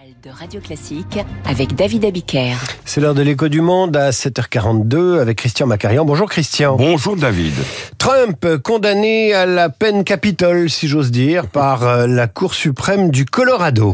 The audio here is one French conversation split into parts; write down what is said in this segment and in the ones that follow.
De Radio Classique avec David Abiker. C'est l'heure de l'écho du monde à 7h42 avec Christian Macarian. Bonjour Christian. Bonjour David. Trump condamné à la peine capitale, si j'ose dire, par la Cour suprême du Colorado.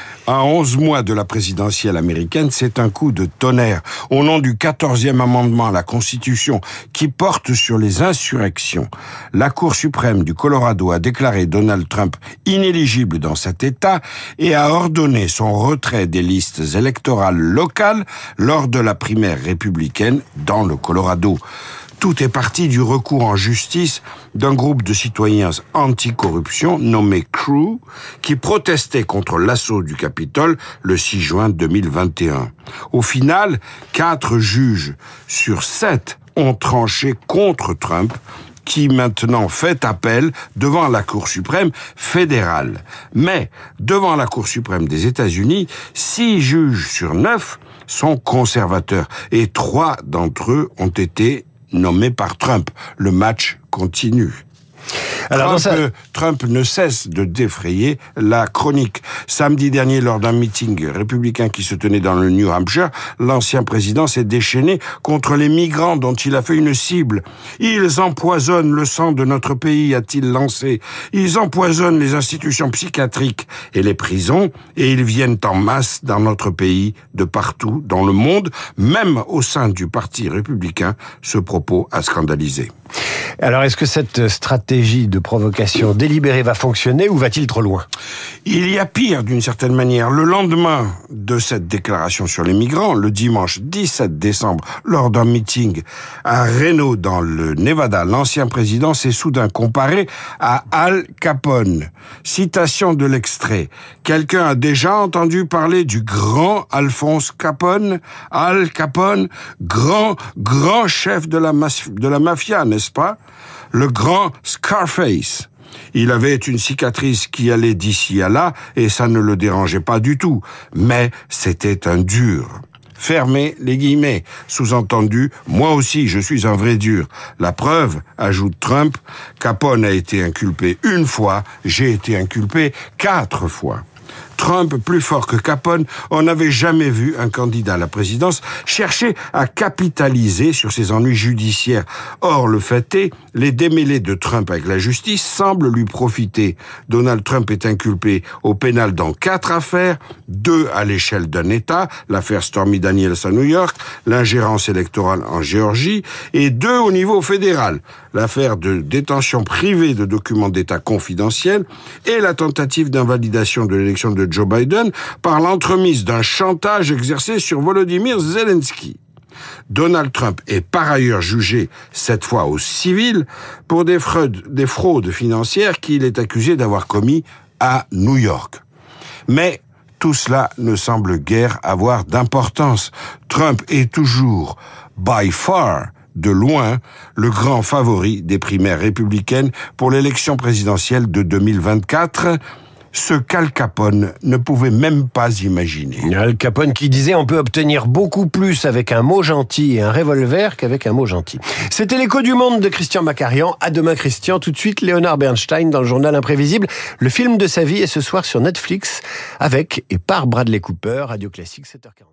À 11 mois de la présidentielle américaine, c'est un coup de tonnerre. Au nom du 14e amendement à la Constitution qui porte sur les insurrections, la Cour suprême du Colorado a déclaré Donald Trump inéligible dans cet État et a ordonné son retrait des listes électorales locales lors de la primaire républicaine dans le Colorado. Tout est parti du recours en justice d'un groupe de citoyens anti-corruption nommé Crew qui protestait contre l'assaut du Capitole le 6 juin 2021. Au final, 4 juges sur 7 ont tranché contre Trump, qui maintenant fait appel devant la Cour suprême fédérale. Mais, devant la Cour suprême des États-Unis, 6 juges sur 9 sont conservateurs et 3 d'entre eux ont été nommé par Trump. Le match continue. Alors Trump ne cesse de défrayer la chronique. Samedi dernier, lors d'un meeting républicain qui se tenait dans le New Hampshire, l'ancien président s'est déchaîné contre les migrants dont il a fait une cible. Ils empoisonnent le sang de notre pays, a-t-il lancé. Ils empoisonnent les institutions psychiatriques et les prisons, et ils viennent en masse dans notre pays, de partout dans le monde, même au sein du Parti républicain. Ce propos a scandalisé. Alors, est-ce que cette stratégie de provocation délibérée va fonctionner ou va-t-il trop loin ? Il y a pire, d'une certaine manière. Le lendemain de cette déclaration sur les migrants, le dimanche 17 décembre, lors d'un meeting à Reno, dans le Nevada, l'ancien président s'est soudain comparé à Al Capone. Citation de l'extrait. Quelqu'un a déjà entendu parler du grand Alphonse Capone ? Al Capone, grand chef de la mafia, n'est-ce pas ? Le grand Scarface. Il avait une cicatrice qui allait d'ici à là et ça ne le dérangeait pas du tout. Mais c'était un dur. Fermez les guillemets. Sous-entendu, moi aussi je suis un vrai dur. La preuve, ajoute Trump, Capone a été inculpé 1 fois, j'ai été inculpé 4 fois. Trump, plus fort que Capone, on n'avait jamais vu un candidat à la présidence chercher à capitaliser sur ses ennuis judiciaires. Or, le fait est, les démêlés de Trump avec la justice semblent lui profiter. Donald Trump est inculpé au pénal dans 4 affaires, 2 à l'échelle d'un État, l'affaire Stormy Daniels à New York, l'ingérence électorale en Géorgie, et 2 au niveau fédéral, l'affaire de détention privée de documents d'État confidentiels et la tentative d'invalidation de l'élection de Joe Biden par l'entremise d'un chantage exercé sur Volodymyr Zelensky. Donald Trump est par ailleurs jugé, cette fois au civil, pour des fraudes financières qu'il est accusé d'avoir commis à New York. Mais tout cela ne semble guère avoir d'importance. Trump est toujours, by far, de loin, le grand favori des primaires républicaines pour l'élection présidentielle de 2024, ce qu'Al Capone ne pouvait même pas imaginer. Al Capone qui disait on peut obtenir beaucoup plus avec un mot gentil et un revolver qu'avec un mot gentil. C'était l'écho du monde de Christian Macarian. À demain Christian. Tout de suite Léonard Bernstein dans le journal imprévisible. Le film de sa vie est ce soir sur Netflix avec et par Bradley Cooper. Radio Classique 7h40.